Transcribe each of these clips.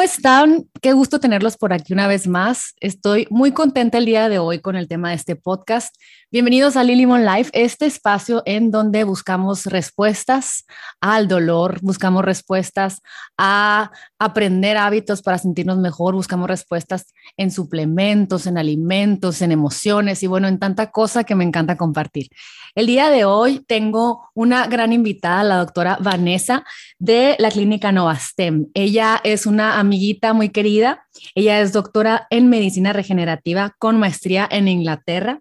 están? Qué gusto tenerlos por aquí una vez más. Estoy muy contenta el día de hoy con el tema de este podcast. Bienvenidos a Lilimon Life, este espacio en donde buscamos respuestas al dolor, buscamos respuestas a aprender hábitos para sentirnos mejor, buscamos respuestas en suplementos, en alimentos, en emociones y bueno, en tanta cosa que me encanta compartir. El día de hoy tengo una gran invitada, la doctora Vanessa de la clínica Novastem. Ella es una amiguita muy querida. Ella es doctora en medicina regenerativa con maestría en Inglaterra.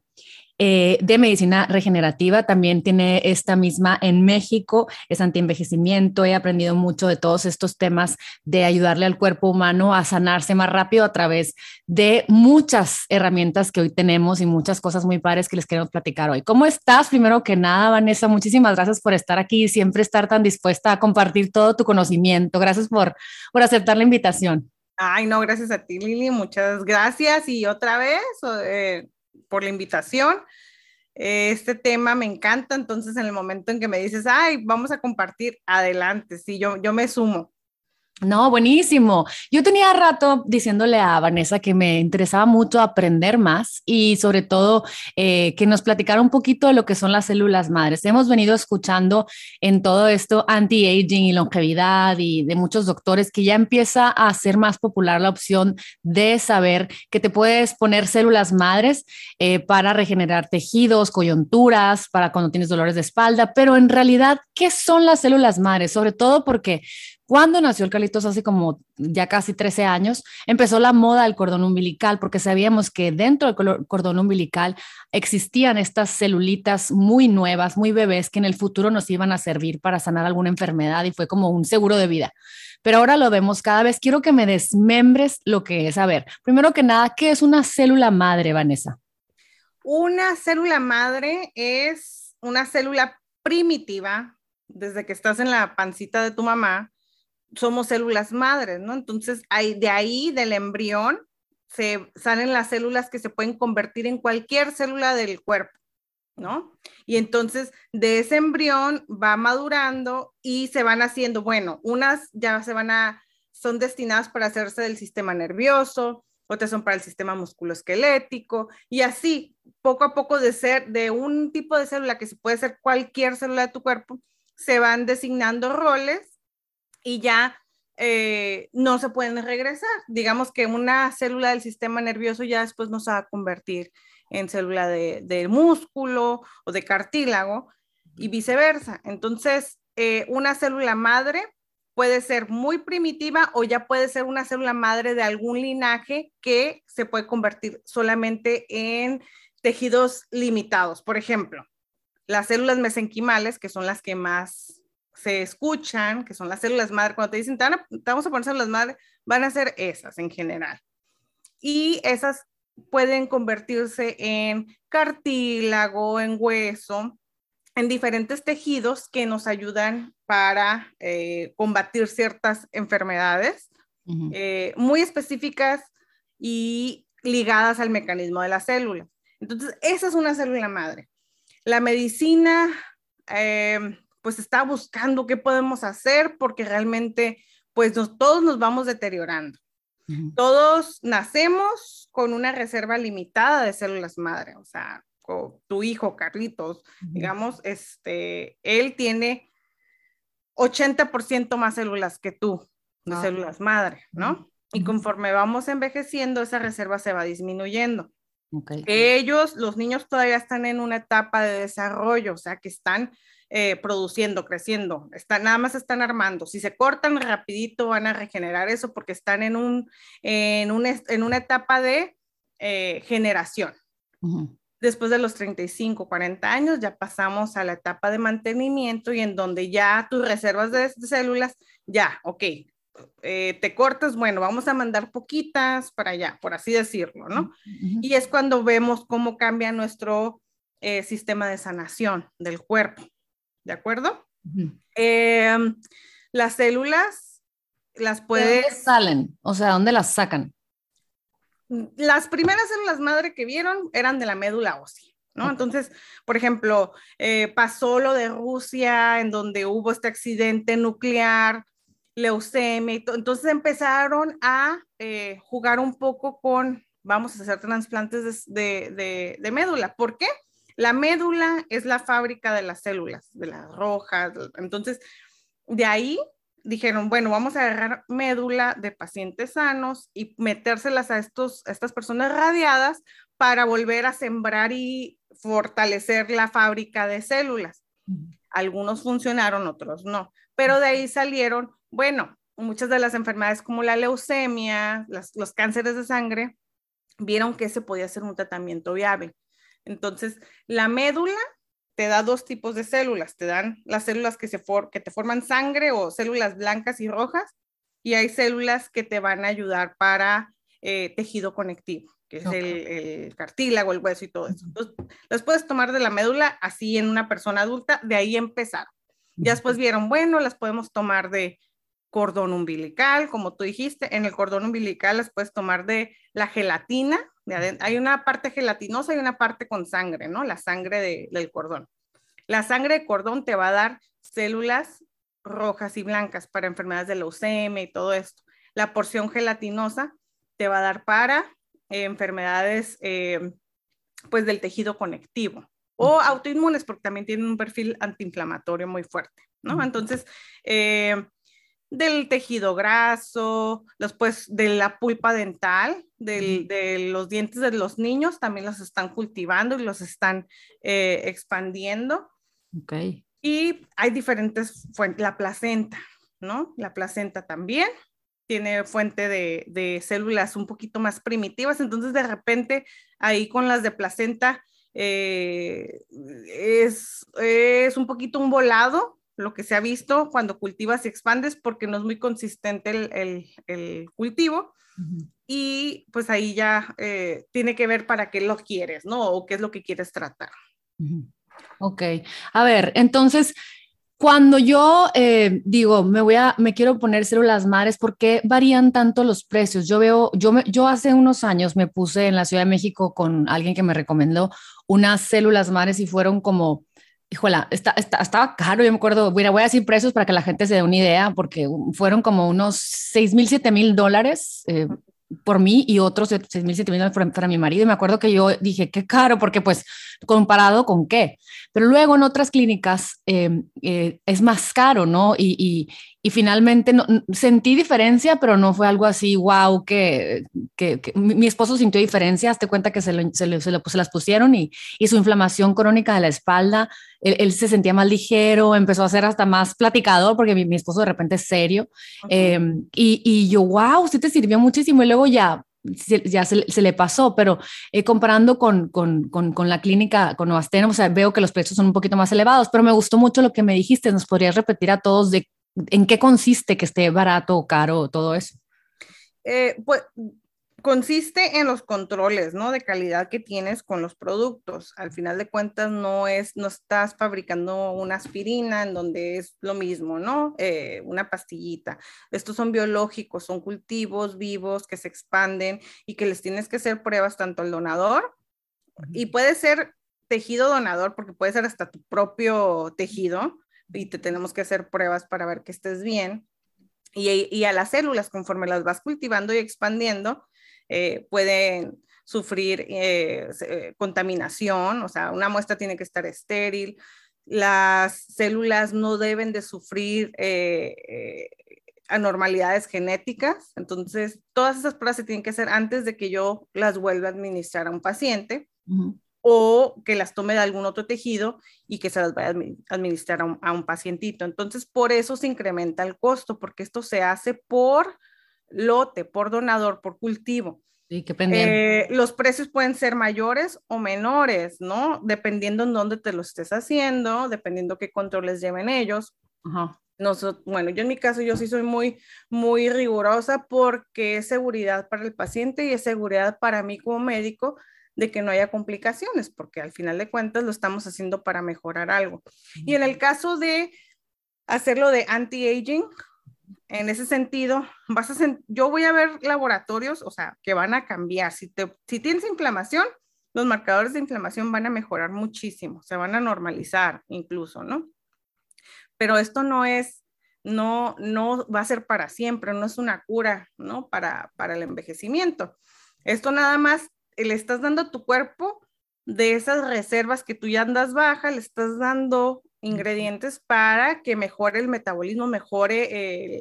De medicina regenerativa, también tiene esta misma en México, es antienvejecimiento. He aprendido mucho de todos estos temas de ayudarle al cuerpo humano a sanarse más rápido a través de muchas herramientas que hoy tenemos y muchas cosas muy padres que les queremos platicar hoy. ¿Cómo estás? Primero que nada, Vanessa, muchísimas gracias por estar aquí y siempre estar tan dispuesta a compartir todo tu conocimiento. Gracias por aceptar la invitación. Ay, no, gracias a ti, Lili, muchas gracias y otra vez por la invitación. Este tema me encanta, entonces en el momento en que me dices, ay, vamos a compartir, adelante, sí, yo me sumo. No, buenísimo. Yo tenía rato diciéndole a Vanessa que me interesaba mucho aprender más y sobre todo que nos platicara un poquito de lo que son las células madres. Hemos venido escuchando en todo esto anti-aging y longevidad y de muchos doctores que ya empieza a ser más popular la opción de saber que te puedes poner células madres para regenerar tejidos, coyunturas, para cuando tienes dolores de espalda, pero en realidad, ¿qué son las células madres? Sobre todo porque cuando nació el Carlitos hace como ya casi 13 años, empezó la moda del cordón umbilical, porque sabíamos que dentro del cordón umbilical existían estas celulitas muy nuevas, muy bebés, que en el futuro nos iban a servir para sanar alguna enfermedad y fue como un seguro de vida. Pero ahora lo vemos cada vez. Quiero que me desmembres lo que es. A ver, primero que nada, ¿qué es una célula madre, Vanessa? Una célula madre es una célula primitiva, desde que estás en la pancita de tu mamá, somos células madres, ¿no? Entonces, de ahí, del embrión, se salen las células que se pueden convertir en cualquier célula del cuerpo, ¿no? Y entonces, de ese embrión va madurando y se van haciendo, bueno, unas ya son destinadas para hacerse del sistema nervioso, otras son para el sistema musculoesquelético, y así, poco a poco de un tipo de célula que se puede ser cualquier célula de tu cuerpo, se van designando roles y ya no se pueden regresar. Digamos que una célula del sistema nervioso ya después no se va a convertir en célula de músculo o de cartílago y viceversa. Entonces, una célula madre puede ser muy primitiva o ya puede ser una célula madre de algún linaje que se puede convertir solamente en tejidos limitados. Por ejemplo, las células mesenquimales, que son las que más se escuchan, que son las células madre, cuando te dicen, te vamos a poner células madre, van a ser esas en general. Y esas pueden convertirse en cartílago, en hueso, en diferentes tejidos que nos ayudan para combatir ciertas enfermedades muy específicas y ligadas al mecanismo de la célula. Entonces, esa es una célula madre. La medicina pues está buscando qué podemos hacer porque realmente pues todos nos vamos deteriorando. Todos nacemos con una reserva limitada de células madre, o sea, tu hijo Carlitos, digamos, él tiene 80% más células que tú, de células madre, ¿no? Y conforme vamos envejeciendo, esa reserva se va disminuyendo. Okay. Ellos, los niños todavía están en una etapa de desarrollo, o sea, que están produciendo, creciendo, nada más están armando. Si se cortan rapidito van a regenerar eso porque están en una etapa de generación. Después de los 35, 40 años ya pasamos a la etapa de mantenimiento y en donde ya tus reservas de células, ya, ok, te cortas, bueno, vamos a mandar poquitas para allá, por así decirlo, ¿no? Y es cuando vemos cómo cambia nuestro sistema de sanación del cuerpo, ¿de acuerdo? Las células las puedes... ¿De dónde salen? O sea, ¿dónde las sacan? Las primeras células madre que vieron eran de la médula ósea, ¿no? Okay. Entonces, por ejemplo, pasó lo de Rusia, en donde hubo este accidente nuclear, leucemia y todo. Entonces empezaron a jugar un poco con, vamos a hacer trasplantes de médula. ¿Por qué? La médula es la fábrica de las células, de las rojas. Entonces, de ahí dijeron, bueno, vamos a agarrar médula de pacientes sanos y metérselas a estas personas radiadas para volver a sembrar y fortalecer la fábrica de células. Algunos funcionaron, otros no, pero de ahí salieron, bueno, muchas de las enfermedades como la leucemia, los cánceres de sangre, vieron que se podía hacer un tratamiento viable. Entonces, la médula te da dos tipos de células, te dan las células que te forman sangre o células blancas y rojas, y hay células que te van a ayudar para tejido conectivo, que es el cartílago, el hueso y todo eso. Entonces, los puedes tomar de la médula así en una persona adulta, de ahí empezaron. Ya después vieron, bueno, las podemos tomar de cordón umbilical, como tú dijiste, en el cordón umbilical las puedes tomar de la gelatina, hay una parte gelatinosa y una parte con sangre, ¿no? La sangre del cordón. La sangre de cordón te va a dar células rojas y blancas para enfermedades de leucemia y todo esto. La porción gelatinosa te va a dar para enfermedades pues del tejido conectivo o autoinmunes, porque también tienen un perfil antiinflamatorio muy fuerte, ¿no? Entonces, del tejido graso, pues de la pulpa dental, de los dientes de los niños, también los están cultivando y los están expandiendo. Okay. Y hay diferentes fuentes, la placenta, ¿no? La placenta también tiene fuente de células un poquito más primitivas, entonces de repente ahí con las de placenta es un poquito un volado lo que se ha visto cuando cultivas y expandes porque no es muy consistente el cultivo. Y pues ahí ya tiene que ver para qué lo quieres, ¿no? O qué es lo que quieres tratar. Ok, a ver, entonces, cuando yo digo, me quiero poner células madres, ¿por qué varían tanto los precios? Yo veo, yo hace unos años me puse en la Ciudad de México con alguien que me recomendó unas células madres y fueron como, híjola, estaba caro, yo me acuerdo, mira, voy a decir precios para que la gente se dé una idea, porque fueron como unos $6,000, $7,000 por mí y otros $6,000, $7,000 para mi marido. Y me acuerdo que yo dije, qué caro, porque pues comparado con qué. Pero luego en otras clínicas es más caro, ¿no? Y finalmente sentí diferencia, pero no fue algo así, wow, que mi esposo sintió diferencia, hazte cuenta que se las pusieron y su inflamación crónica de la espalda, él se sentía más ligero, empezó a ser hasta más platicador, porque mi esposo de repente es serio, y yo, wow, sí te sirvió muchísimo, y luego ya se le pasó, pero comparando con la clínica, con Novastén, o sea, veo que los precios son un poquito más elevados, pero me gustó mucho lo que me dijiste. ¿Nos podrías repetir a todos de en qué consiste que esté barato o caro todo eso? Pues consiste en los controles, ¿no? De calidad que tienes con los productos. Al final de cuentas no estás fabricando una aspirina en donde es lo mismo, ¿no? Una pastillita. Estos son biológicos, son cultivos vivos que se expanden y que les tienes que hacer pruebas tanto al donador y puede ser tejido donador porque puede ser hasta tu propio tejido y te tenemos que hacer pruebas para ver que estés bien. Y a las células, conforme las vas cultivando y expandiendo, pueden sufrir contaminación, o sea, una muestra tiene que estar estéril, las células no deben de sufrir anormalidades genéticas, entonces todas esas pruebas se tienen que hacer antes de que yo las vuelva a administrar a un paciente o que las tome de algún otro tejido y que se las vaya a administrar a un pacientito. Entonces, por eso se incrementa el costo, porque esto se hace por lote, por donador, por cultivo. Sí, qué pendiente. Los precios pueden ser mayores o menores, ¿no? Dependiendo en dónde te lo estés haciendo, dependiendo qué controles lleven ellos. Ajá. Bueno, yo en mi caso, yo sí soy muy, muy rigurosa porque es seguridad para el paciente y es seguridad para mí como médico de que no haya complicaciones, porque al final de cuentas lo estamos haciendo para mejorar algo. Y en el caso de hacerlo de anti-aging, en ese sentido, yo voy a ver laboratorios, o sea, que van a cambiar. Si tienes inflamación, los marcadores de inflamación van a mejorar muchísimo, se van a normalizar incluso, ¿no? Pero esto no es no va a ser para siempre, no es una cura, ¿no? Para el envejecimiento. Esto nada más le estás dando a tu cuerpo de esas reservas que tú ya andas baja, le estás dando ingredientes para que mejore el metabolismo, mejore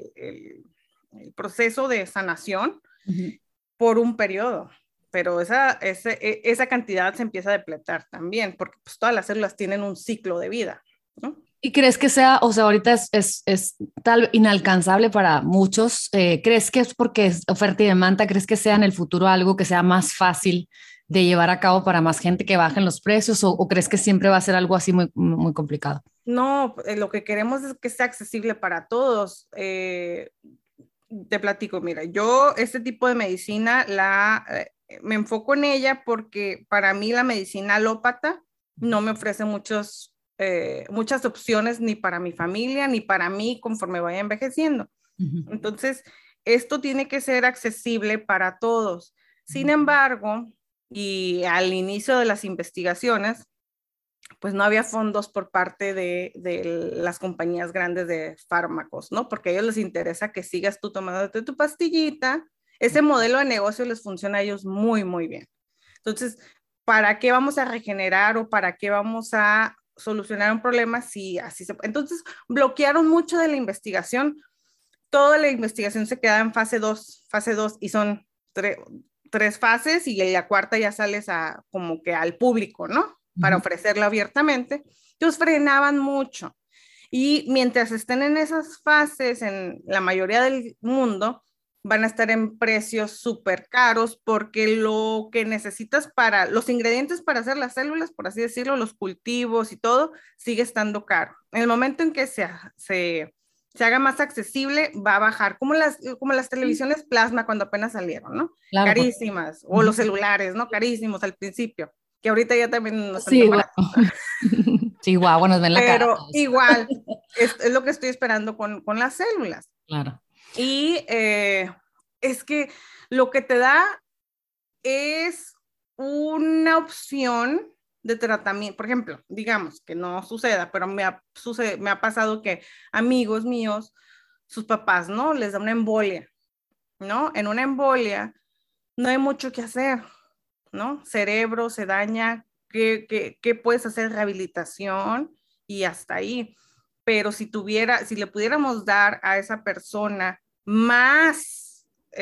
el proceso de sanación por un periodo. Pero esa cantidad se empieza a depletar también, porque pues, todas las células tienen un ciclo de vida, ¿no? ¿Y crees que sea, o sea, ahorita es tal inalcanzable para muchos? ¿Crees que es porque es oferta y demanda? ¿Crees que sea en el futuro algo que sea más fácil de llevar a cabo para más gente, que bajen los precios? ¿O crees que siempre va a ser algo así muy, muy complicado? No, lo que queremos es que sea accesible para todos. Te platico, mira, yo este tipo de medicina me enfoco en ella porque para mí la medicina alópata no me ofrece muchas opciones ni para mi familia ni para mí conforme vaya envejeciendo. Entonces, esto tiene que ser accesible para todos. Sin embargo, y al inicio de las investigaciones, pues no había fondos por parte de las compañías grandes de fármacos, ¿no? Porque a ellos les interesa que sigas tú tomándote tu pastillita. Ese modelo de negocio les funciona a ellos muy, muy bien. Entonces, ¿para qué vamos a regenerar o para qué vamos a solucionar un problema si así se... Entonces, bloquearon mucho de la investigación. Toda la investigación se queda en fase 2 y son tres fases y en la cuarta ya sales como que al público, ¿no? Para ofrecerlo abiertamente. Entonces frenaban mucho. Y mientras estén en esas fases, en la mayoría del mundo, van a estar en precios súper caros porque lo que necesitas los ingredientes para hacer las células, por así decirlo, los cultivos y todo, sigue estando caro. En el momento en que se haga más accesible, va a bajar, como las televisiones plasma cuando apenas salieron, ¿no? Claro. Carísimas, o los celulares, ¿no? Carísimos al principio, que ahorita ya también no están Sí, tan bueno. baratos. Sí, guau, nos ven la cara. Pero igual, es lo que estoy esperando con las células. Claro. Y es que lo que te da es una opción de tratamiento. Por ejemplo, digamos que no suceda, pero me ha pasado que amigos míos, sus papás, ¿no? Les da una embolia, ¿no? En una embolia no hay mucho que hacer, ¿no? Cerebro se daña, ¿qué puedes hacer? Rehabilitación y hasta ahí. Pero si le pudiéramos dar a esa persona más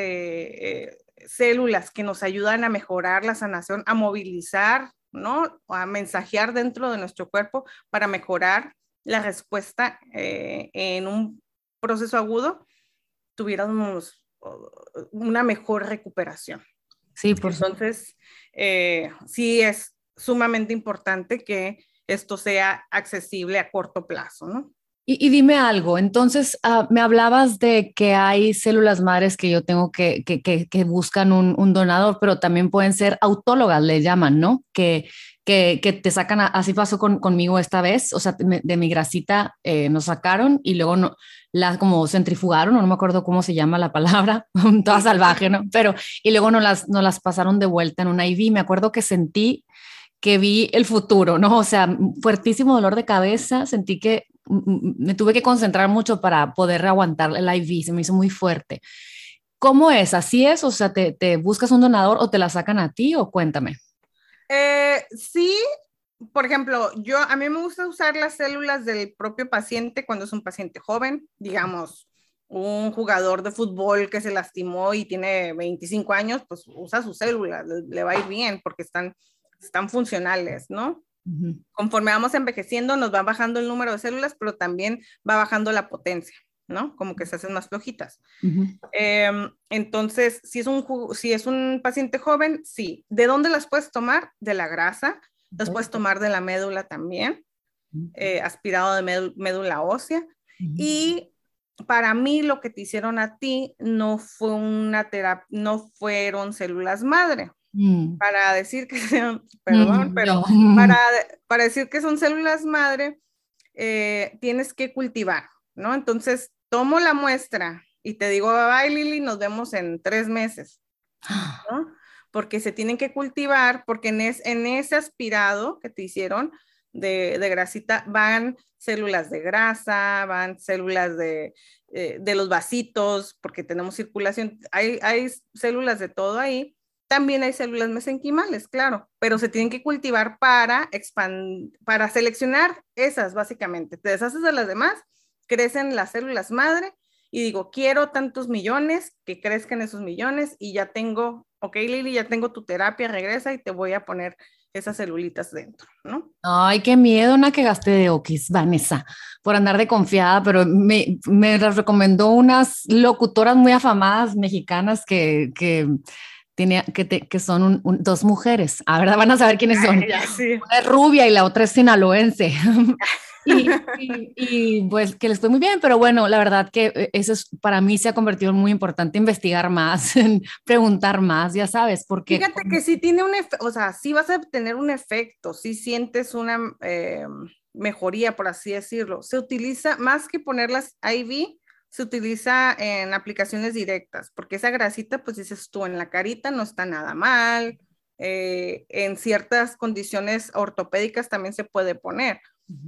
células que nos ayudan a mejorar la sanación, a movilizar, ¿no? O a mensajear dentro de nuestro cuerpo para mejorar la respuesta en un proceso agudo, tuviéramos una mejor recuperación. Sí, por supuesto. Entonces, sí es sumamente importante que esto sea accesible a corto plazo, ¿no? Y dime algo, entonces me hablabas de que hay células madres que yo tengo que buscan un donador, pero también pueden ser autólogas, le llaman, ¿no? Que te sacan, así pasó conmigo esta vez, o sea, de mi grasita nos sacaron y luego la como centrifugaron, o no me acuerdo cómo se llama la palabra, toda salvaje, ¿no? Pero, y luego nos las pasaron de vuelta en una IV. Me acuerdo que sentí que vi el futuro, ¿no? O sea, fuertísimo dolor de cabeza, sentí que me tuve que concentrar mucho para poder aguantar el IV, se me hizo muy fuerte. ¿Cómo es? ¿Así es? O sea, ¿te buscas un donador o te la sacan a ti o cuéntame? Sí, por ejemplo, a mí me gusta usar las células del propio paciente cuando es un paciente joven, digamos, un jugador de fútbol que se lastimó y tiene 25 años, pues usa sus células, le va a ir bien porque están funcionales, ¿no? Conforme vamos envejeciendo, nos va bajando el número de células, pero también va bajando la potencia, ¿no? Como que se hacen más flojitas. Entonces, si es un paciente joven, sí. ¿De dónde las puedes tomar? De la grasa. Las puedes tomar de la médula también, aspirado de médula ósea. Y para mí lo que te hicieron a ti no fue una terapia, no fueron células madre. Para decir que sean, perdón, pero para decir que son células madre, tienes que cultivar, ¿no? Entonces, tomo la muestra y te digo, bye, Lili, nos vemos en 3 meses, ¿no? Porque se tienen que cultivar, porque en ese aspirado que te hicieron, de grasita, van células de grasa, van células de los vasitos, porque tenemos circulación, hay células de todo ahí. También hay células mesenquimales, claro, pero se tienen que cultivar para seleccionar esas, básicamente. Te deshaces de las demás, crecen las células madre, y digo, quiero tantos millones, que crezcan esos millones, y ya tengo, ok, Lili, ya tengo tu terapia, regresa y te voy a poner esas celulitas dentro, ¿no? Ay, qué miedo, una que gasté de Okis, Vanessa, por andar de confiada, pero me las recomendó unas locutoras muy afamadas mexicanas que son dos mujeres. A ver, van a saber quiénes son. Ay, ya, sí. Una es rubia y la otra es sinaloense. Y pues que les fue muy bien, pero bueno, la verdad que eso para mí se ha convertido en muy importante investigar más, en preguntar más, ya sabes, porque... Fíjate que sí tiene un efecto, o sea, sí vas a tener un efecto, sí sientes una mejoría, por así decirlo. Se utiliza, más que ponerlas IV, se utiliza en aplicaciones directas, porque esa grasita, pues dices tú, en la carita no está nada mal, en ciertas condiciones ortopédicas también se puede poner,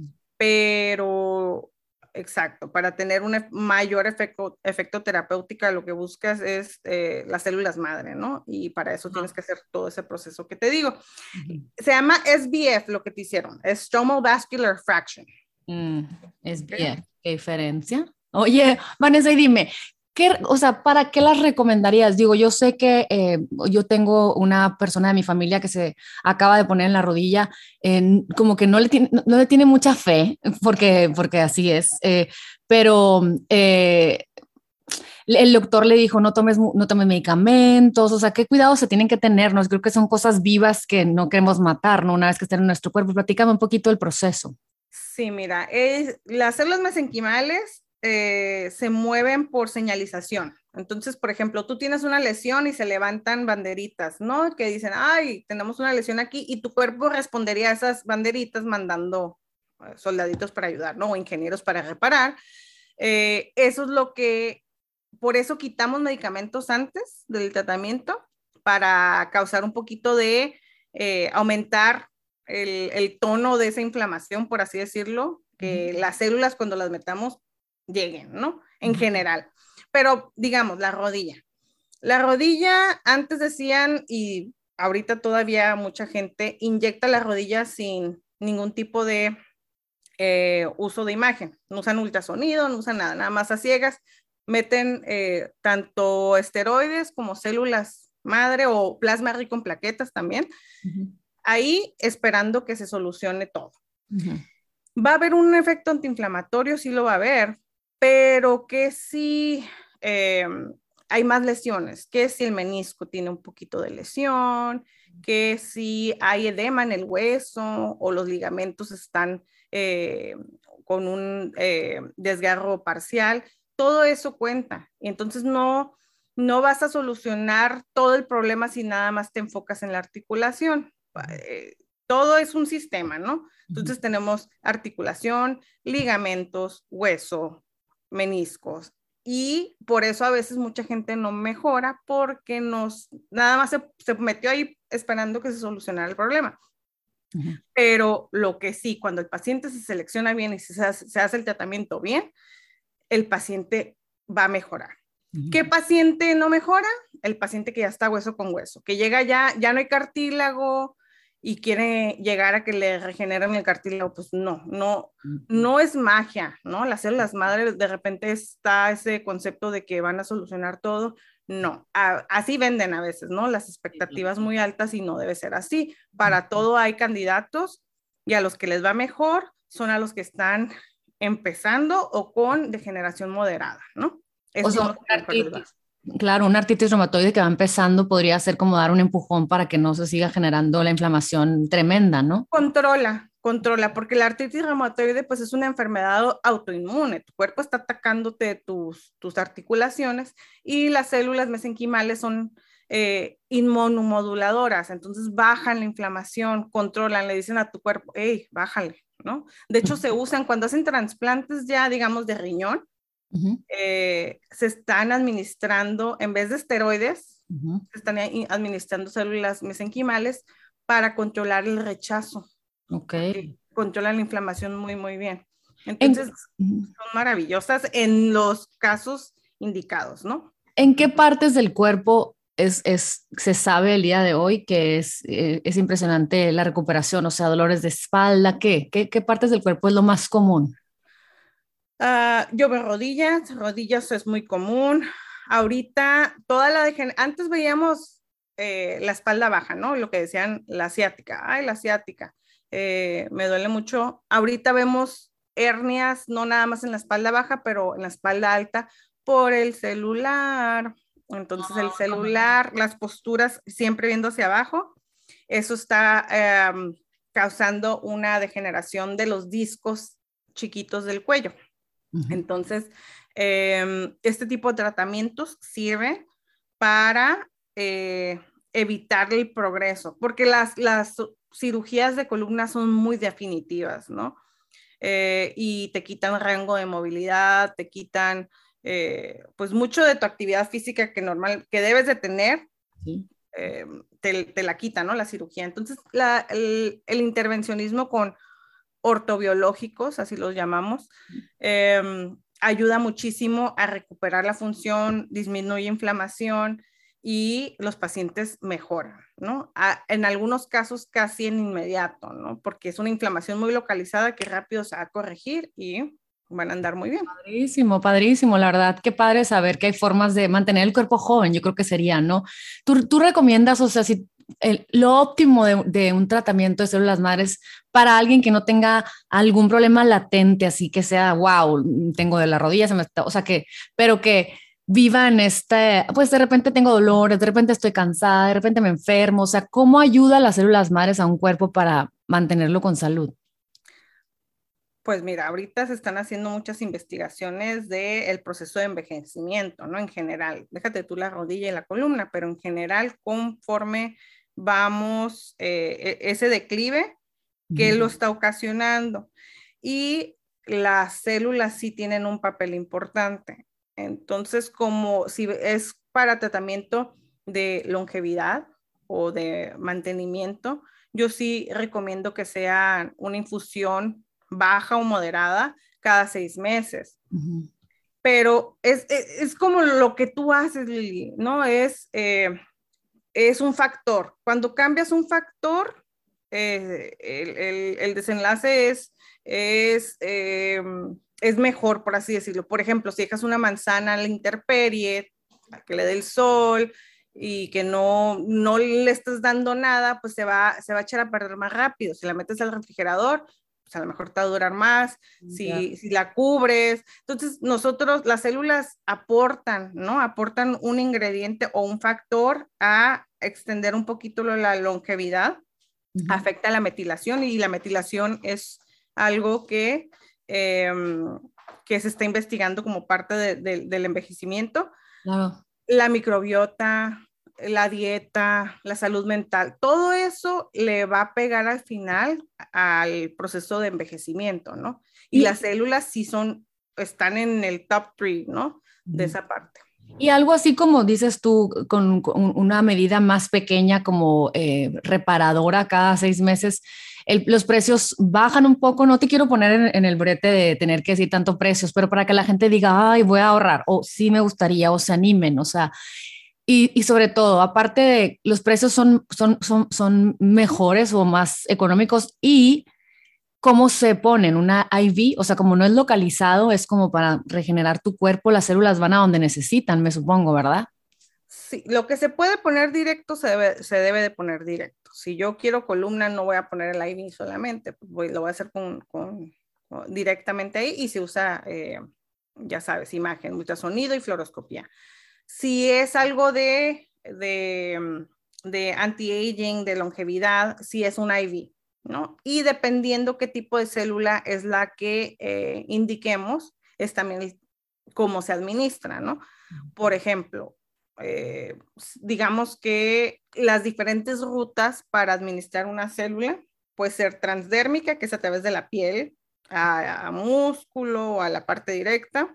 pero exacto, para tener un mayor efecto terapéutico, lo que buscas es las células madre, ¿no? Y para eso tienes que hacer todo ese proceso que te digo. Se llama SBF lo que te hicieron, Stromal Vascular Fraction. SBF, ¿qué diferencia? Oye, Vanessa, y dime, o sea, ¿para qué las recomendarías? Digo, yo sé que yo tengo una persona de mi familia que se acaba de poner en la rodilla, como que no le tiene mucha fe, porque así es, pero el doctor le dijo, no tomes medicamentos, o sea, qué cuidados se tienen que tener, ¿no? Creo que son cosas vivas que no queremos matar, ¿no? Una vez que estén en nuestro cuerpo. Platícame un poquito del proceso. Sí, mira, las células mesenquimales se mueven por señalización. Entonces, por ejemplo, tú tienes una lesión y se levantan banderitas, ¿no? Que dicen, ay, tenemos una lesión aquí, y tu cuerpo respondería a esas banderitas mandando soldaditos para ayudar, ¿no? O ingenieros para reparar. Eso es por eso quitamos medicamentos antes del tratamiento, para causar un poquito de aumentar el tono de esa inflamación, por así decirlo, que las células cuando las metamos lleguen, ¿no? En general. Pero digamos, la rodilla. La rodilla, antes decían, y ahorita todavía mucha gente inyecta la rodilla sin ningún tipo de uso de imagen. No usan ultrasonido, no usan nada, nada más a ciegas. Meten tanto esteroides como células madre o plasma rico en plaquetas también. Ahí esperando que se solucione todo. Va a haber un efecto antiinflamatorio, sí lo va a haber, pero que si hay más lesiones, que si el menisco tiene un poquito de lesión, que si hay edema en el hueso o los ligamentos están con un desgarro parcial, todo eso cuenta. Y entonces no vas a solucionar todo el problema si nada más te enfocas en la articulación. Todo es un sistema, ¿no? Entonces tenemos articulación, ligamentos, hueso, meniscos. Y por eso a veces mucha gente no mejora, porque nada más se metió ahí esperando que se solucionara el problema. Pero lo que sí, cuando el paciente se selecciona bien y se hace el tratamiento bien, el paciente va a mejorar. ¿Qué paciente no mejora? El paciente que ya está hueso con hueso, que llega ya no hay cartílago y quiere llegar a que le regeneren el cartílago. Pues no es magia, ¿no? Las células madre, de repente está ese concepto de que van a solucionar todo. No, así venden a veces, ¿no? Las expectativas muy altas, y no debe ser así. Para todo hay candidatos, y a los que les va mejor son a los que están empezando o con degeneración moderada, ¿no? O sea, claro, una artritis reumatoide que va empezando podría ser como dar un empujón para que no se siga generando la inflamación tremenda, ¿no? Controla, porque la artritis reumatoide pues es una enfermedad autoinmune. Tu cuerpo está atacándote tus articulaciones, y las células mesenquimales son inmunomoduladoras, entonces bajan la inflamación, controlan, le dicen a tu cuerpo, hey, bájale, ¿no? De hecho, se usan cuando hacen trasplantes ya, digamos, de riñón. Se están administrando, en vez de esteroides, se están administrando células mesenquimales para controlar el rechazo. Ok. controlan la inflamación muy, muy bien. ¿En, Entonces, son maravillosas en los casos indicados, ¿no? ¿En qué partes del cuerpo se sabe el día de hoy que es impresionante la recuperación? O sea, dolores de espalda, ¿qué partes del cuerpo es lo más común? Yo veo rodillas es muy común. Ahorita, antes veíamos la espalda baja, ¿no? Lo que decían la asiática. Ay, la asiática. Me duele mucho. Ahorita vemos hernias, no nada más en la espalda baja, pero en la espalda alta por el celular. Entonces, el celular, las posturas siempre viendo hacia abajo, eso está causando una degeneración de los discos chiquitos del cuello. Entonces, este tipo de tratamientos sirve para evitar el progreso, porque las cirugías de columna son muy definitivas, ¿no? Y te quitan rango de movilidad, te quitan pues mucho de tu actividad física que debes de tener, Sí. te la quita, ¿no? La cirugía. Entonces, el intervencionismo con ortobiológicos, así los llamamos, ayuda muchísimo a recuperar la función, disminuye inflamación y los pacientes mejoran, ¿no? En algunos casos casi en inmediato, ¿no? Porque es una inflamación muy localizada que rápido se va a corregir y van a andar muy bien. Padrísimo, padrísimo, la verdad, qué padre saber que hay formas de mantener el cuerpo joven, yo creo que sería, ¿no? ¿Tú recomiendas, o sea, si lo óptimo de un tratamiento de células madres para alguien que no tenga algún problema latente, así que sea, wow, tengo de la rodilla, o sea, pero que viva en pues de repente tengo dolores, de repente estoy cansada, de repente me enfermo, o sea, ¿cómo ayuda las células madres a un cuerpo para mantenerlo con salud? Pues mira, ahorita se están haciendo muchas investigaciones del proceso de envejecimiento, ¿no? En general, déjate tú la rodilla y la columna, pero en general, conforme vamos, ese declive, ¿qué lo está ocasionando? Y las células sí tienen un papel importante. Entonces, como si es para tratamiento de longevidad o de mantenimiento, yo sí recomiendo que sea una infusión baja o moderada cada 6 meses. Pero es como lo que tú haces, Lili, ¿no? Es un factor. Cuando cambias un factor, el desenlace es mejor, por así decirlo. Por ejemplo, si dejas una manzana a la intemperie, a que le dé el sol y que no le estés dando nada, pues se va a echar a perder más rápido. Si la metes al refrigerador, pues a lo mejor te va a durar más. Si la cubres. Entonces, las células aportan, ¿no? Aportan un ingrediente o un factor a extender un poquito la longevidad. Afecta la metilación y la metilación es algo eh, que se está investigando como parte del envejecimiento. Claro. La microbiota, la dieta, la salud mental, todo eso le va a pegar al final al proceso de envejecimiento, ¿no? Y las células sí están en el top 3, ¿no? De esa parte. Y algo así como dices tú, con una medida más pequeña como reparadora cada 6 meses, los precios bajan un poco. No te quiero poner en el brete de tener que decir tanto precios, pero para que la gente diga, ay, voy a ahorrar, o sí me gustaría, o se animen, o sea, y sobre todo, aparte de los precios son mejores o más económicos y cómo se ponen una IV, o sea, como no es localizado, es como para regenerar tu cuerpo, las células van a donde necesitan, me supongo, ¿verdad? Sí, lo que se puede poner directo se debe de poner directo. Si yo quiero columna, no voy a poner el IV solamente, pues lo voy a hacer directamente ahí y se usa, ya sabes, imagen, ultrasonido y fluoroscopía. Si es algo de anti-aging, de longevidad, si es un IV, ¿no? Y dependiendo qué tipo de célula es la que indiquemos, es también cómo se administra, ¿no? Por ejemplo, digamos que las diferentes rutas para administrar una célula puede ser transdérmica, que es a través de la piel, a músculo, a la parte directa,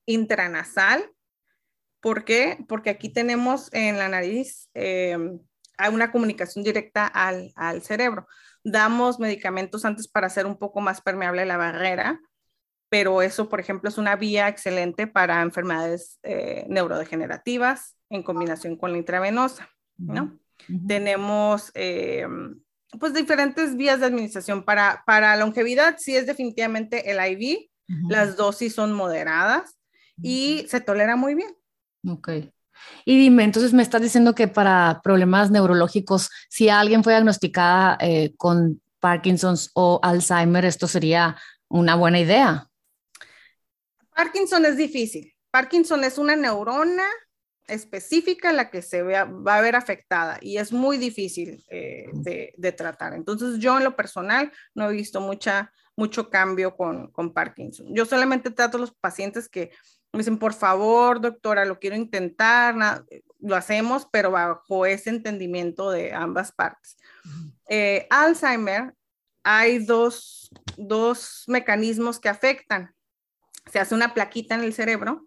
intranasal. ¿Por qué? Porque aquí tenemos en la nariz hay una comunicación directa al cerebro. Damos medicamentos antes para hacer un poco más permeable la barrera, pero eso, por ejemplo, es una vía excelente para enfermedades neurodegenerativas en combinación con la intravenosa, ¿no? Tenemos pues diferentes vías de administración. Para longevidad, sí es definitivamente el IV, las dosis son moderadas y se tolera muy bien. Ok. Y dime, entonces me estás diciendo que para problemas neurológicos, si alguien fue diagnosticada con Parkinson's o Alzheimer, esto sería una buena idea. Parkinson es difícil. Parkinson es una neurona específica la que va a ver afectada y es muy difícil de tratar. Entonces yo en lo personal no he visto mucho cambio con Parkinson. Yo solamente trato a los pacientes que me dicen, por favor, doctora, lo quiero intentar, lo hacemos, pero bajo ese entendimiento de ambas partes. Alzheimer, hay dos mecanismos que afectan. Se hace una plaquita en el cerebro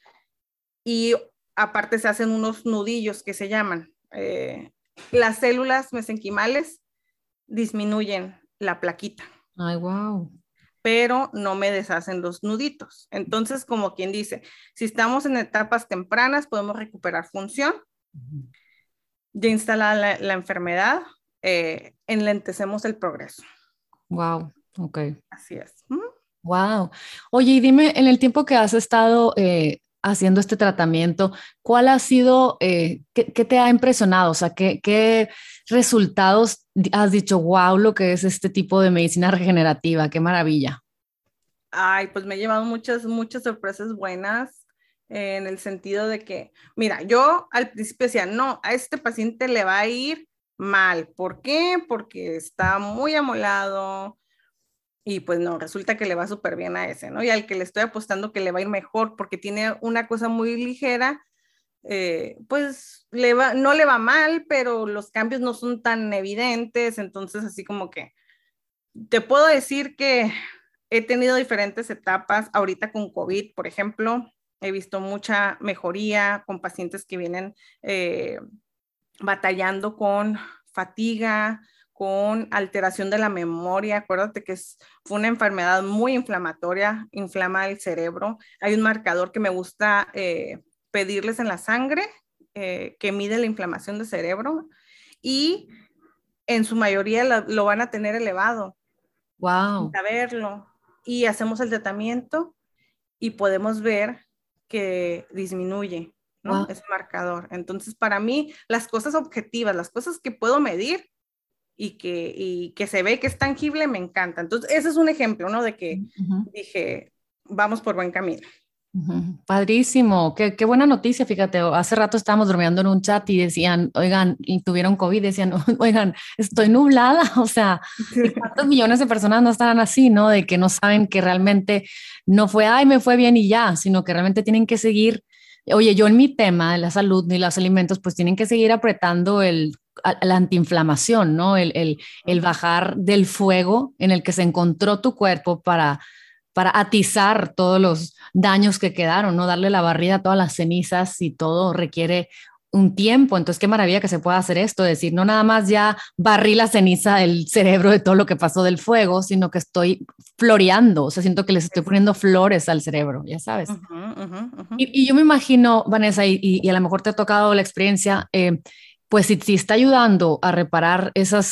y aparte se hacen unos nudillos que se llaman. Las células mesenquimales disminuyen la plaquita. Ay, wow. Pero no me deshacen los nuditos. Entonces, como quien dice, si estamos en etapas tempranas, podemos recuperar función. Ya instalada la enfermedad, enlentecemos el progreso. Wow, ok. Así es. Wow. Oye, y dime, en el tiempo que has estado haciendo este tratamiento, ¿cuál ha sido, qué te ha impresionado? O sea, ¿qué resultados has dicho, wow, lo que es este tipo de medicina regenerativa? Qué maravilla. Ay, pues me he llevado muchas sorpresas buenas en el sentido de que, mira, yo al principio decía, no, a este paciente le va a ir mal. ¿Por qué? Porque está muy amolado y pues no, resulta que le va súper bien a ese, ¿no? Y al que le estoy apostando que le va a ir mejor porque tiene una cosa muy ligera, pues no le va mal, pero los cambios no son tan evidentes, entonces así como que te puedo decir que he tenido diferentes etapas. Ahorita con COVID, por ejemplo, he visto mucha mejoría con pacientes que vienen batallando con fatiga, con alteración de la memoria. Acuérdate que fue una enfermedad muy inflamatoria, inflama el cerebro. Hay un marcador que me gusta pedirles en la sangre que mide la inflamación del cerebro y en su mayoría lo van a tener elevado. Wow. Saberlo y hacemos el tratamiento y podemos ver que disminuye, ¿no? Wow. Ese marcador. Entonces, para mí, las cosas objetivas, las cosas que puedo medir y que se ve que es tangible, me encanta. Entonces, ese es un ejemplo, ¿no? De que dije, vamos por buen camino. Padrísimo, qué buena noticia, fíjate, hace rato estábamos durmiendo en un chat y decían, oigan, y tuvieron COVID, decían, oigan, estoy nublada, o sea, ¿y cuántos millones de personas no estarán así, no? De que no saben que realmente no fue, ay, me fue bien y ya, sino que realmente tienen que seguir, oye, yo en mi tema de la salud ni los alimentos, pues tienen que seguir apretando la antiinflamación, ¿no? El bajar del fuego en el que se encontró tu cuerpo para atizar todos los daños que quedaron, ¿no? Darle la barrida a todas las cenizas y todo requiere un tiempo. Entonces, qué maravilla que se pueda hacer esto, decir, no nada más ya barrí la ceniza del cerebro de todo lo que pasó del fuego, sino que estoy floreando, o sea, siento que les estoy poniendo flores al cerebro, ya sabes. Y yo me imagino, Vanessa, y a lo mejor te ha tocado la experiencia, pues si está ayudando a reparar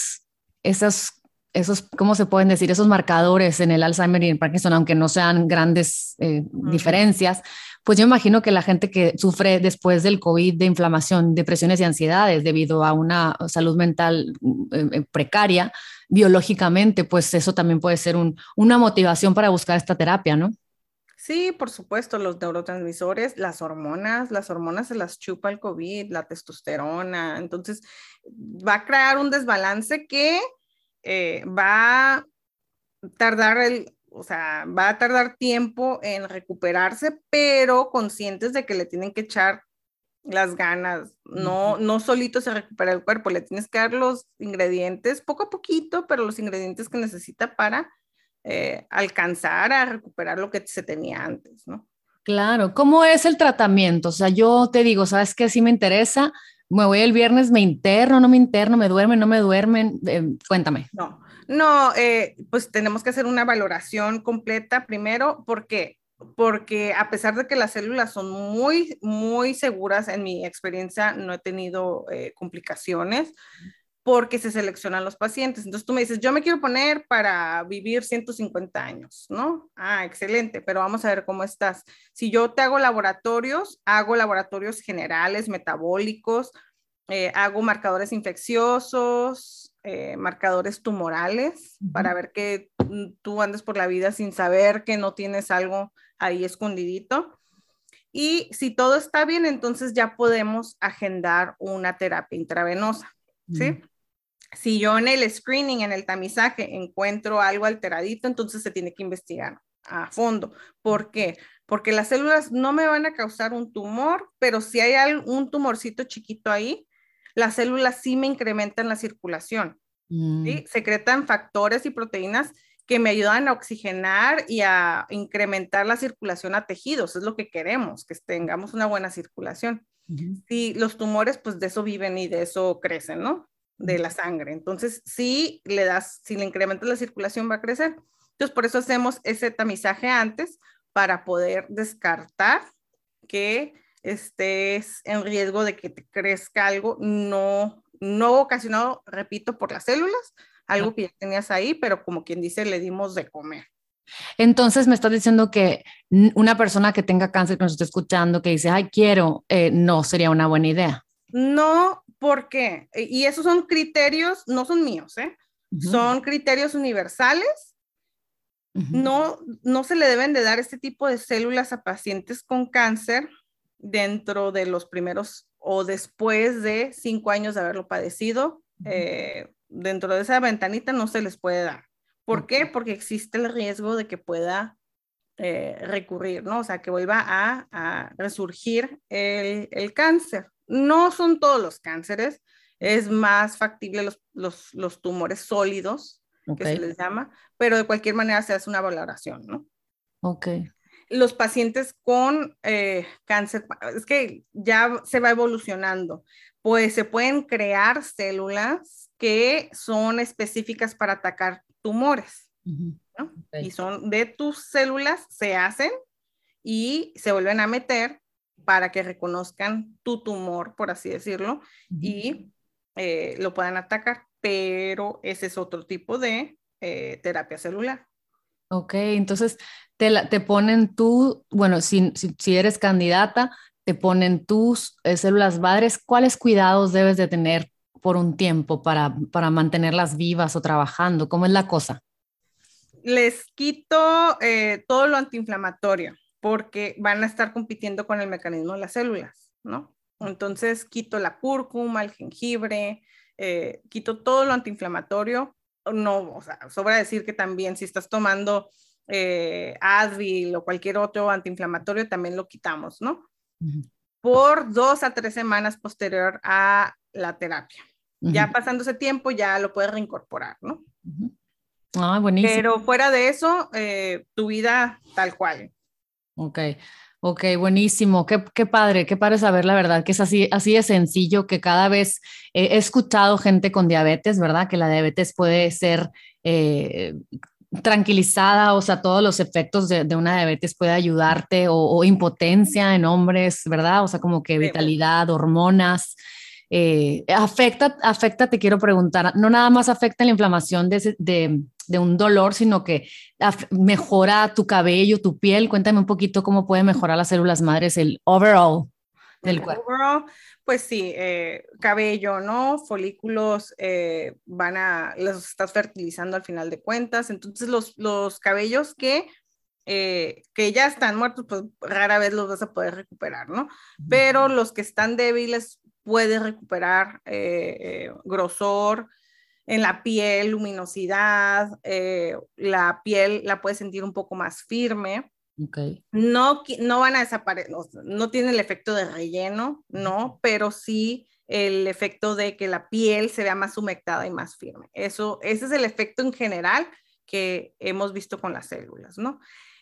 esos, ¿cómo se pueden decir? Esos marcadores en el Alzheimer y en Parkinson, aunque no sean grandes diferencias, pues yo imagino que la gente que sufre después del COVID de inflamación, depresiones y ansiedades debido a una salud mental precaria, biológicamente, pues eso también puede ser una motivación para buscar esta terapia, ¿no? Sí, por supuesto, los neurotransmisores, las hormonas se las chupa el COVID, la testosterona, entonces va a crear un desbalance que va a tardar o sea, va a tardar tiempo en recuperarse, pero conscientes de que le tienen que echar las ganas, no solito se recupera el cuerpo, le tienes que dar los ingredientes poco a poquito, pero los ingredientes que necesita para alcanzar a recuperar lo que se tenía antes, ¿no? Claro, ¿cómo es el tratamiento? O sea, yo te digo, ¿sabes qué? Sí me interesa, Me voy el viernes, me interno, no me interno, me duermen, no me duermen. Cuéntame. No, no, pues tenemos que hacer una valoración completa primero. ¿Por qué? Porque a pesar de que las células son muy, muy seguras, en mi experiencia no he tenido complicaciones porque se seleccionan los pacientes. Entonces tú me dices, yo me quiero poner para vivir 150 años, ¿no? Ah, excelente, pero vamos a ver cómo estás. Si yo te hago laboratorios generales, metabólicos, hago marcadores infecciosos, marcadores tumorales, para ver que tú andes por la vida sin saber que no tienes algo ahí escondidito. Y si todo está bien, entonces ya podemos agendar una terapia intravenosa, ¿sí? Si yo en el screening, en el tamizaje, encuentro algo alteradito, entonces se tiene que investigar a fondo. ¿Por qué? Porque las células no me van a causar un tumor, pero si hay un tumorcito chiquito ahí, las células sí me incrementan la circulación, ¿sí? Secretan factores y proteínas que me ayudan a oxigenar y a incrementar la circulación a tejidos. Es lo que queremos, que tengamos una buena circulación. Sí, los tumores, pues de eso viven y de eso crecen, ¿no? De la sangre. Entonces, si le incrementas la circulación, va a crecer. Entonces, por eso hacemos ese tamizaje antes para poder descartar que estés en riesgo de que te crezca algo no ocasionado, repito, por las células, algo que ya tenías ahí, pero como quien dice, le dimos de comer. Entonces me estás diciendo que una persona que tenga cáncer que nos esté escuchando, que dice, ay, quiero, no sería una buena idea. No, porque, y esos son criterios, no son míos, ¿eh? Son criterios universales. No se le deben de dar este tipo de células a pacientes con cáncer dentro de los primeros o después de 5 años de haberlo padecido. Dentro de esa ventanita no se les puede dar. ¿Por qué? Porque existe el riesgo de que pueda recurrir, ¿no? O sea, que vuelva a resurgir el cáncer. No son todos los cánceres, es más factible los tumores sólidos, que se les llama, pero de cualquier manera se hace una valoración, ¿no? Ok. Los pacientes con cáncer, es que ya se va evolucionando, pues se pueden crear células que son específicas para atacar tumores, ¿no? Y son de tus células, se hacen y se vuelven a meter para que reconozcan tu tumor, por así decirlo, y lo puedan atacar, pero ese es otro tipo de terapia celular. Ok, entonces te ponen bueno, si eres candidata, te ponen tus células madres. ¿Cuáles cuidados debes de tener por un tiempo para mantenerlas vivas o trabajando? ¿Cómo es la cosa? Les quito todo lo antiinflamatorio porque van a estar compitiendo con el mecanismo de las células, ¿no? Entonces quito la cúrcuma, el jengibre, quito todo lo antiinflamatorio. No, o sea, sobra decir que también si estás tomando Advil o cualquier otro antiinflamatorio, también lo quitamos, ¿no? Por 2 a 3 semanas posterior a la terapia. Ya pasando ese tiempo, ya lo puedes reincorporar, ¿no? Ah, buenísimo. Pero fuera de eso, tu vida tal cual. Ok, ok, buenísimo. Qué padre saber la verdad, que es así de sencillo, que cada vez he escuchado gente con diabetes, ¿verdad? Que la diabetes puede ser tranquilizada, o sea, todos los efectos de una diabetes puede ayudarte, o impotencia en hombres, ¿verdad? O sea, como que vitalidad, hormonas. Afecta, te quiero preguntar, no nada más afecta la inflamación de un dolor, sino que mejora tu cabello, tu piel. Cuéntame un poquito cómo puede mejorar las células madres, el overall del cuerpo. Overall, pues sí, cabello, ¿no? Folículos los estás fertilizando al final de cuentas. Entonces, los cabellos que ya están muertos, pues rara vez los vas a poder recuperar, ¿no? Pero los que están débiles, puedes recuperar grosor en la piel, luminosidad, la piel la puedes sentir un poco más firme. Okay. No van a desaparecer, no tiene el efecto de relleno, no, pero sí el efecto de que la piel se vea más humectada y más firme. Ese es el efecto en general que hemos visto con las células, ¿no?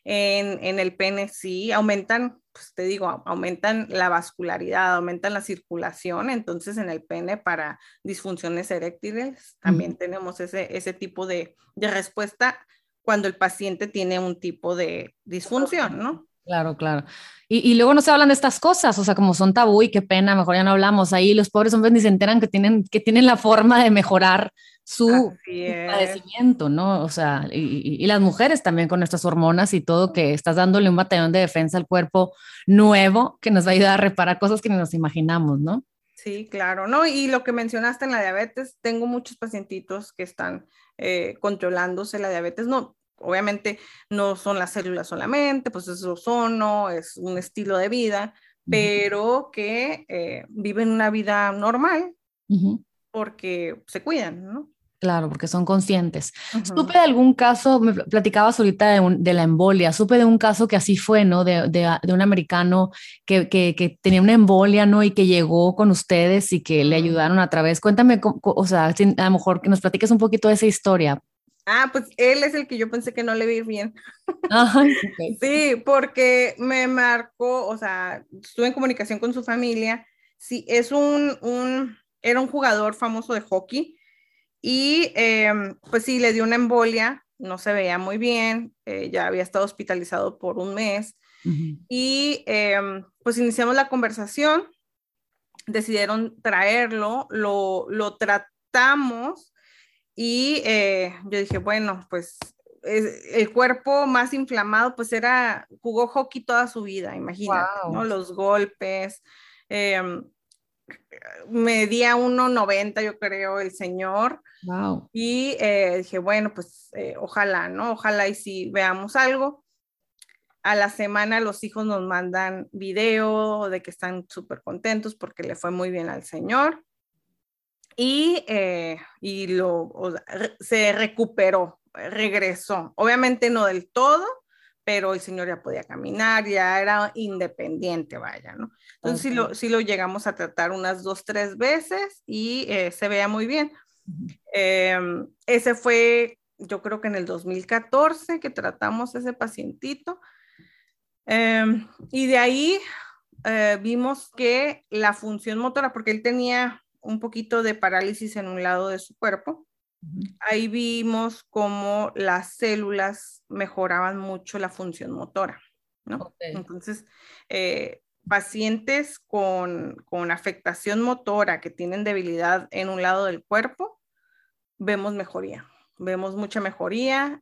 En el pene sí, aumentan, pues te digo, aumentan la vascularidad, aumentan la circulación, entonces en el pene para disfunciones eréctiles también tenemos ese tipo de respuesta cuando el paciente tiene un tipo de disfunción, ¿no? Claro, claro. Y luego no se hablan de estas cosas, o sea, como son tabú y qué pena, mejor ya no hablamos. Ahí los pobres hombres ni se enteran que tienen la forma de mejorar Así su es. padecimiento, ¿no? O sea, y las mujeres también con nuestras hormonas y todo, que estás dándole un batallón de defensa al cuerpo nuevo que nos va a ayudar a reparar cosas que ni nos imaginamos, ¿no? Sí, claro, ¿no? Y lo que mencionaste en la diabetes, tengo muchos pacientitos que están controlándose la diabetes. No, obviamente no son las células solamente, pues es ozono, es un estilo de vida, Ujú, pero que viven una vida normal ujú. porque se cuidan, ¿no? Claro, porque son conscientes. Supe Ujú. de algún caso, me platicabas ahorita de la embolia, supe de un caso que así fue, ¿no? De un americano que tenía una embolia, ¿no? Y que llegó con ustedes y que le Mm. ayudaron a través. Cuéntame, o sea, a lo mejor que nos platiques un poquito de esa historia. Ah, pues él es el que yo pensé que no le iba a ir bien. Ay, ok. Sí, porque me marcó, o sea, estuve en comunicación con su familia. Sí, es era un jugador famoso de hockey y pues sí, le dio una embolia, no se veía muy bien, ya había estado hospitalizado por un mes Ujú. y pues iniciamos la conversación, decidieron traerlo, lo tratamos y yo dije, bueno, pues el cuerpo más inflamado, pues jugó hockey toda su vida, imagínate, ¿no? Wow, Los golpes, eh, medía 1,90 yo creo el señor, wow. y dije, bueno, pues ojalá, ¿no? Ojalá y si veamos algo. A la semana los hijos nos mandan video de que están súper contentos porque le fue muy bien al señor y se recuperó, regresó. Obviamente no del todo, pero el señor ya podía caminar, ya era independiente, vaya, ¿no? Entonces sí lo llegamos a tratar unas 2, 3 veces y se veía muy bien. Eh, Ese fue, yo creo que en el 2014 que tratamos ese pacientito. Eh, y de ahí vimos que la función motora, porque él tenía un poquito de parálisis en un lado de su cuerpo, ahí vimos cómo las células mejoraban mucho la función motora, ¿no? Ok. Entonces, pacientes con afectación motora que tienen debilidad en un lado del cuerpo, vemos mejoría, vemos mucha mejoría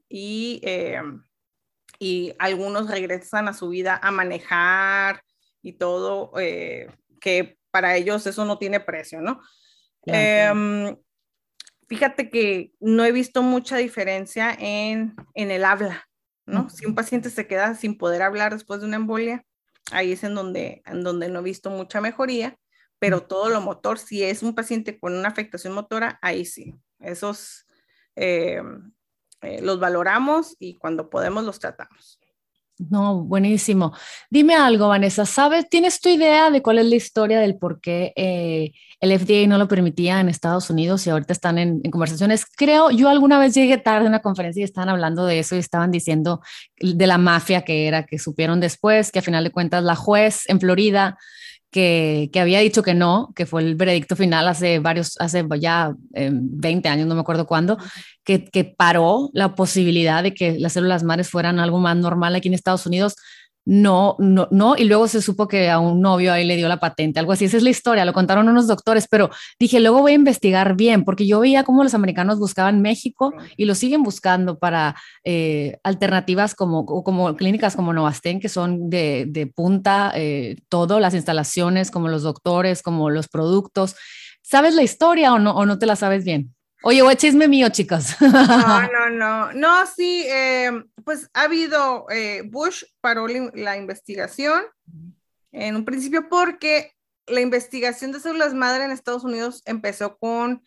y algunos regresan a su vida a manejar y todo, que para ellos eso no tiene precio, ¿no? Claro. Eh, Fíjate que no he visto mucha diferencia en el habla, ¿no? Si un paciente se queda sin poder hablar después de una embolia, ahí es en donde no he visto mucha mejoría, pero todo lo motor, si es un paciente con una afectación motora, ahí sí, esos eh, los valoramos y cuando podemos los tratamos. No, buenísimo. Dime algo, Vanessa, ¿sabes? ¿Tienes tu idea de cuál es la historia del por qué el FDA no lo permitía en Estados Unidos y ahorita están en conversaciones? Creo, yo alguna vez llegué tarde a una conferencia y estaban hablando de eso y estaban diciendo de la mafia que era, que supieron después, que a final de cuentas la juez en Florida que había dicho que no, que fue el veredicto final hace ya 20 años, no me acuerdo cuándo, que paró la posibilidad de que las células madres fueran algo más normal aquí en Estados Unidos. No, no, no, y luego se supo que a un novio ahí le dio la patente, algo así. Esa es la historia, lo contaron unos doctores, pero dije, luego voy a investigar bien, porque yo veía cómo los americanos buscaban México y lo siguen buscando para alternativas como clínicas como Novastén, que son de punta, todo, las instalaciones, como los doctores, como los productos. ¿Sabes la historia o no te la sabes bien? Oye, o chisme mío, chicos. No, no, no, no, sí, pues ha habido, Bush paró la investigación en un principio porque la investigación de células madre en Estados Unidos empezó con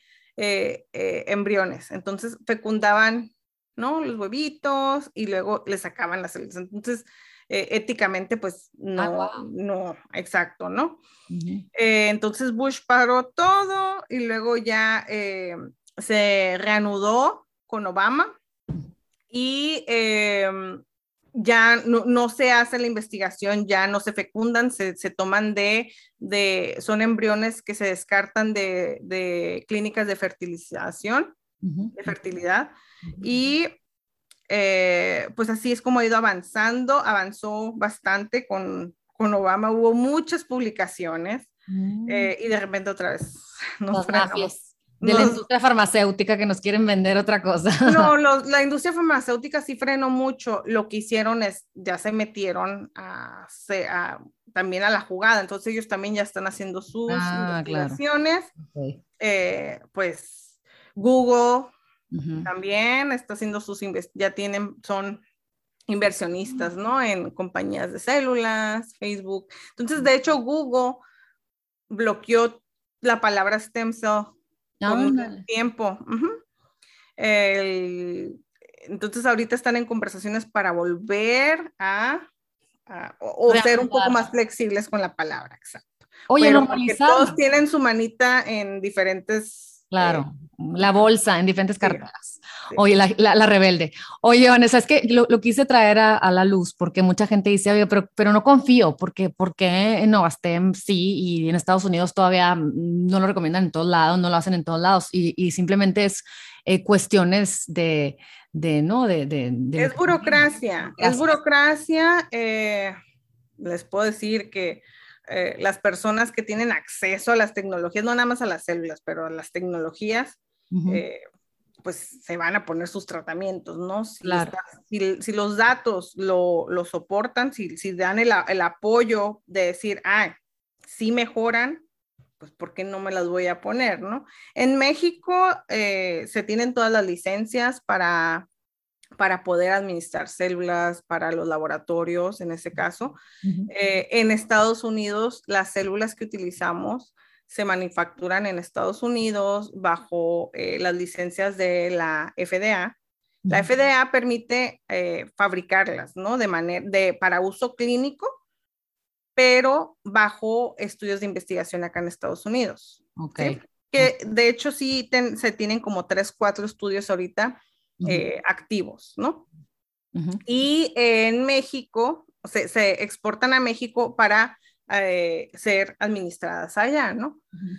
embriones, entonces fecundaban, ¿no? Los huevitos y luego le sacaban las células, entonces éticamente pues Ah, no, wow. no, exacto, ¿no? Entonces Bush paró todo y luego ya se reanudó con Obama y ya no se hace la investigación, ya no se fecundan, se toman son embriones que se descartan de clínicas de fertilización, de fertilidad, y pues así es como ha ido avanzó bastante con Obama, hubo muchas publicaciones, y de repente otra vez nos Las frenamos. mafias de la industria farmacéutica que nos quieren vender otra cosa. No, la industria farmacéutica sí frenó mucho. Lo que hicieron es, ya se metieron también a la jugada. Entonces ellos también ya están haciendo sus investigaciones. Claro. Okay. Pues Google también está haciendo son inversionistas, ¿no? En compañías de células, Facebook. Entonces, de hecho, Google bloqueó la palabra stem cell por mucho tiempo. Entonces ahorita están en conversaciones para volver o ser un poco más flexibles con la palabra, exacto. Oye, pero porque todos tienen su manita en diferentes... Claro, la bolsa en diferentes carteras. Sí. Oye, la rebelde. Oye, Vanessa, es que lo quise traer a la luz porque mucha gente dice, oye, pero no confío, porque en Novastem sí, y en Estados Unidos todavía no lo recomiendan en todos lados, no lo hacen en todos lados, y simplemente es cuestiones de es burocracia, es burocracia. Les puedo decir que las personas que tienen acceso a las tecnologías, no nada más a las células, pero a las tecnologías, pues se van a poner sus tratamientos, ¿no? Si los datos lo soportan, si dan el apoyo de decir, sí mejoran, pues ¿por qué no me las voy a poner, no? En México se tienen todas las licencias para poder administrar células para los laboratorios, en ese caso. En Estados Unidos, las células que utilizamos se manufacturan en Estados Unidos bajo las licencias de la FDA. La FDA permite fabricarlas, ¿no? Para uso clínico, pero bajo estudios de investigación acá en Estados Unidos. Okay. ¿Sí? Que de hecho sí se tienen como 3-4 estudios ahorita activos, ¿no? Y en México, se exportan a México para ser administradas allá, ¿no?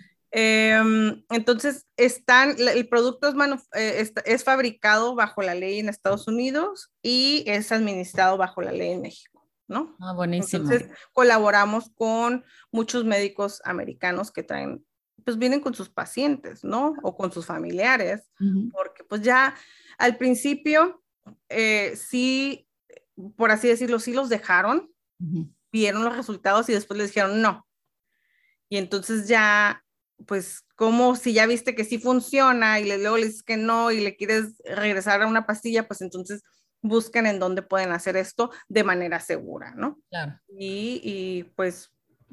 Entonces, el producto es fabricado bajo la ley en Estados Unidos y es administrado bajo la ley en México, ¿no? Buenísimo. Entonces, colaboramos con muchos médicos americanos que pues vienen con sus pacientes, ¿no? O con sus familiares, porque pues ya al principio, sí, por así decirlo, sí los dejaron, vieron los resultados y después les dijeron no. Y entonces ya, pues, como si ya viste que sí funciona y luego le dices que no y le quieres regresar a una pastilla, pues entonces buscan en dónde pueden hacer esto de manera segura, ¿no? Claro. Y pues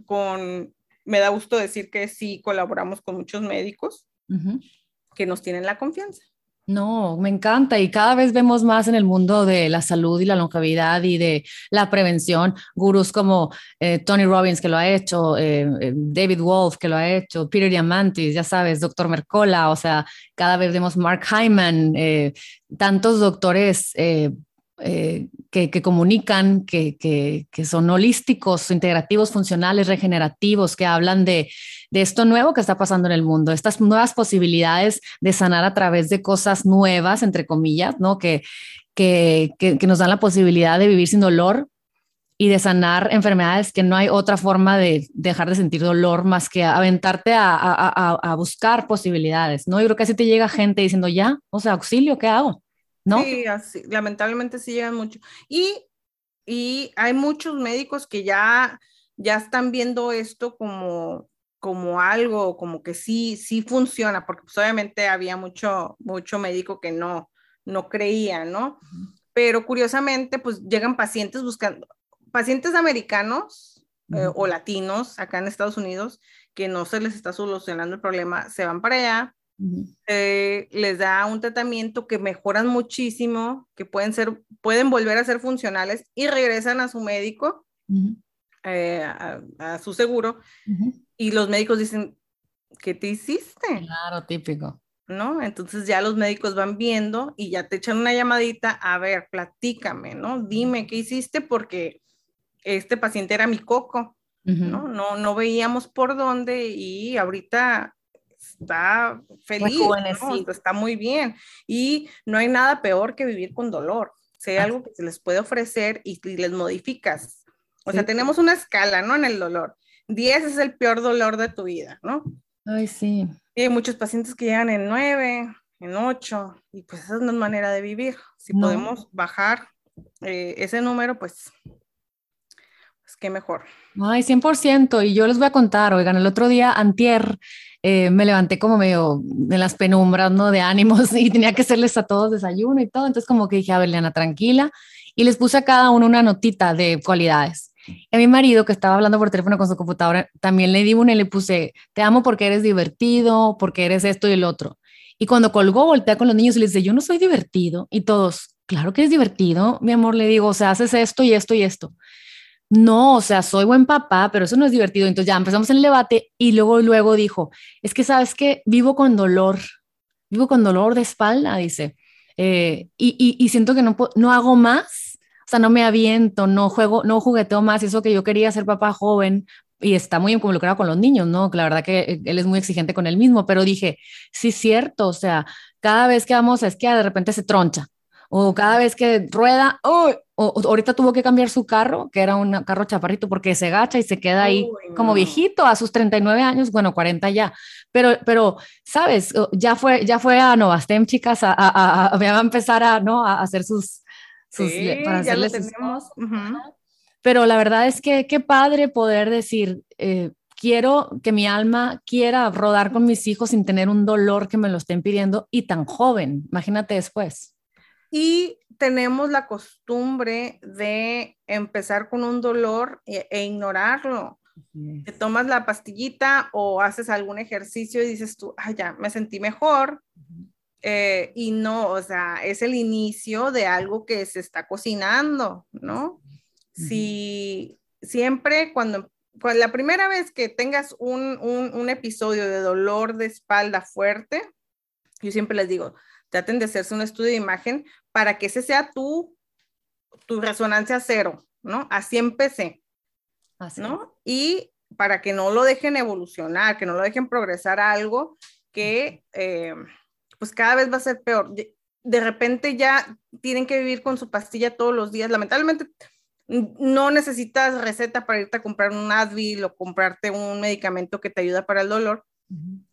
me da gusto decir que sí colaboramos con muchos médicos que nos tienen la confianza. No, me encanta y cada vez vemos más en el mundo de la salud y la longevidad y de la prevención, gurús como Tony Robbins que lo ha hecho, David Wolf que lo ha hecho, Peter Diamandis, ya sabes, doctor Mercola, o sea, cada vez vemos Mark Hyman, tantos doctores que comunican, que son holísticos, integrativos, funcionales, regenerativos, que hablan de esto nuevo que está pasando en el mundo, estas nuevas posibilidades de sanar a través de cosas nuevas, entre comillas, ¿no? Que nos dan la posibilidad de vivir sin dolor y de sanar enfermedades que no hay otra forma de dejar de sentir dolor más que aventarte a buscar posibilidades, ¿no? Yo creo que así te llega gente diciendo, ya, o sea, auxilio, ¿qué hago? ¿No? Sí, así, lamentablemente sí llegan mucho. Y hay muchos médicos que ya están viendo esto como algo, como que sí funciona, porque pues obviamente había mucho médico que no creía, ¿no? Pero curiosamente, pues llegan pacientes buscando, pacientes americanos o latinos acá en Estados Unidos, que no se les está solucionando el problema, se van para allá, les da un tratamiento que mejoran muchísimo, que pueden volver a ser funcionales y regresan a su médico, a su seguro, y los médicos dicen, ¿qué te hiciste? Claro, típico. ¿no? Entonces ya los médicos van viendo y ya te echan una llamadita, a ver, platícame, ¿no? Dime qué hiciste porque este paciente era mi coco, ¿no? No veíamos por dónde y ahorita está feliz, ¿no? Rejuvenecido. Está muy bien. Y no hay nada peor que vivir con dolor. Si hay algo que se les puede ofrecer y les modificas. O sea, Sí. tenemos una escala, ¿no? En el dolor. 10 es el peor dolor de tu vida, ¿no? Ay, sí. Y hay muchos pacientes que llegan en 9, en 8, y pues esa no es manera de vivir. Si No. podemos bajar ese número, pues qué mejor. Ay, 100%. Y yo les voy a contar, oigan, el otro día, antier, me levanté como medio en las penumbras, ¿no? De ánimos y tenía que hacerles a todos desayuno y todo. Entonces como que dije, a ver, Liana, tranquila. Y les puse a cada uno una notita de cualidades. Y a mi marido, que estaba hablando por teléfono con su computadora, también le di una y le puse, te amo porque eres divertido, porque eres esto y el otro. Y cuando colgó, voltea con los niños y les dice, yo no soy divertido. Y todos, claro que es divertido, mi amor, le digo, o sea, haces esto y esto y esto. No, o sea, soy buen papá, pero eso no es divertido. Entonces ya empezamos el debate y luego dijo, es que sabes que vivo con dolor de espalda, dice, y siento que no hago más, o sea, no me aviento, no juego, no jugueteo más, y eso que yo quería ser papá joven y está muy involucrado con los niños, ¿no? Que la verdad que él es muy exigente con él mismo, pero dije, sí, cierto, o sea, cada vez que vamos a esquiar, de repente se troncha o cada vez que rueda, ¡oh! Ahorita tuvo que cambiar su carro, que era un carro chaparrito, porque se gacha y se queda ahí Uy, como no. viejito a sus 39 años, bueno, 40 ya. Pero ¿sabes? Ya fue a Novastem, chicas, va a empezar a, ¿no? A hacer para Sí, ya lo hacerle sus tenemos. cosas. Ujú. Pero la verdad es que qué padre poder decir, quiero que mi alma quiera rodar con mis hijos sin tener un dolor que me lo estén pidiendo y tan joven. Imagínate después. Y tenemos la costumbre de empezar con un dolor e ignorarlo. Te Yes. tomas la pastillita o haces algún ejercicio y dices tú, ah, ya, me sentí mejor. Y no, o sea, es el inicio de algo que se está cocinando, ¿no? Ujú. Si siempre cuando la primera vez que tengas un episodio de dolor de espalda fuerte, yo siempre les digo, traten de hacerse un estudio de imagen para que ese sea tu resonancia cero, ¿no? Así empecé, Así es. ¿no? Y para que no lo dejen evolucionar, que no lo dejen progresar a algo que pues cada vez va a ser peor. De repente ya tienen que vivir con su pastilla todos los días. Lamentablemente no necesitas receta para irte a comprar un Advil o comprarte un medicamento que te ayuda para el dolor. Ujú.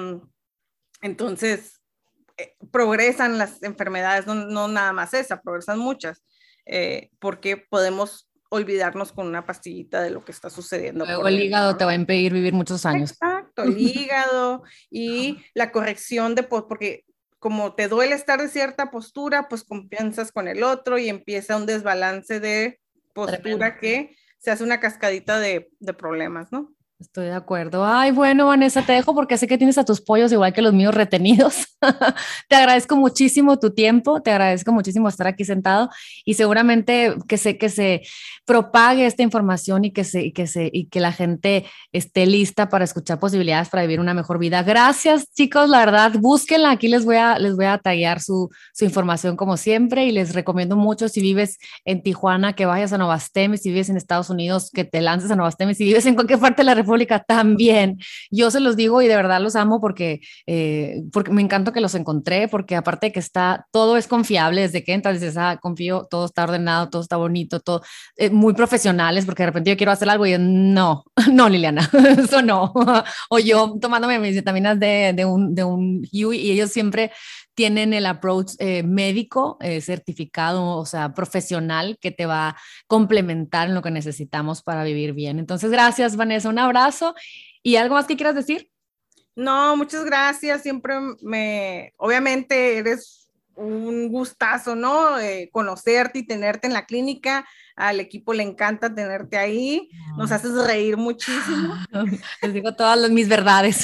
Entonces, progresan las enfermedades, no nada más esa, progresan muchas, porque podemos olvidarnos con una pastillita de lo que está sucediendo Luego por el dentro, hígado te va a ¿no? impedir vivir muchos años. Exacto, el hígado y la corrección porque como te duele estar de cierta postura, pues compensas con el otro y empieza un desbalance de Tremendo. postura que se hace una cascadita de problemas, ¿no? Estoy de acuerdo. Ay, bueno, Vanessa, te dejo porque sé que tienes a tus pollos igual que los míos retenidos. Te agradezco muchísimo tu tiempo, te agradezco muchísimo estar aquí sentado y seguramente que se propague esta información y que la gente esté lista para escuchar posibilidades para vivir una mejor vida. Gracias, chicos, la verdad, búsquenla. Aquí les voy a tallar su información como siempre y les recomiendo mucho si vives en Tijuana que vayas a Novastem, si vives en Estados Unidos que te lances a Novastem, si vives en cualquier parte de la República también. Yo se los digo y de verdad los amo porque me encanta que los encontré, porque aparte de que todo es confiable, desde que entras dices, ah, confío, todo está ordenado, todo está bonito, todo muy profesionales, porque de repente yo quiero hacer algo y yo, no, no, Liliana, eso no. O yo tomándome mis vitaminas de un Huey y ellos siempre tienen el approach médico certificado, o sea, profesional que te va a complementar en lo que necesitamos para vivir bien. Entonces, gracias, Vanessa, un abrazo. ¿Y algo más que quieras decir? No, muchas gracias. Siempre obviamente eres un gustazo, ¿no? Conocerte y tenerte en la clínica. Al equipo le encanta tenerte ahí. Nos haces reír muchísimo. Les digo todas mis verdades.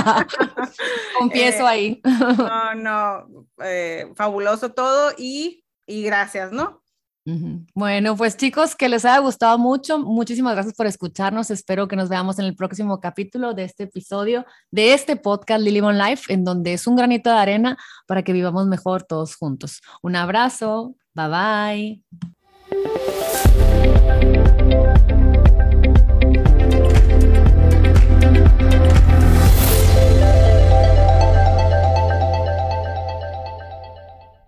Confieso Eh, ahí. no, no, fabuloso todo y gracias, ¿no? Bueno, pues chicos, que les haya gustado mucho. Muchísimas gracias por escucharnos. Espero que nos veamos en el próximo capítulo de este episodio, de este podcast Lily Mon Life, en donde es un granito de arena para que vivamos mejor todos juntos. Un abrazo. Bye bye.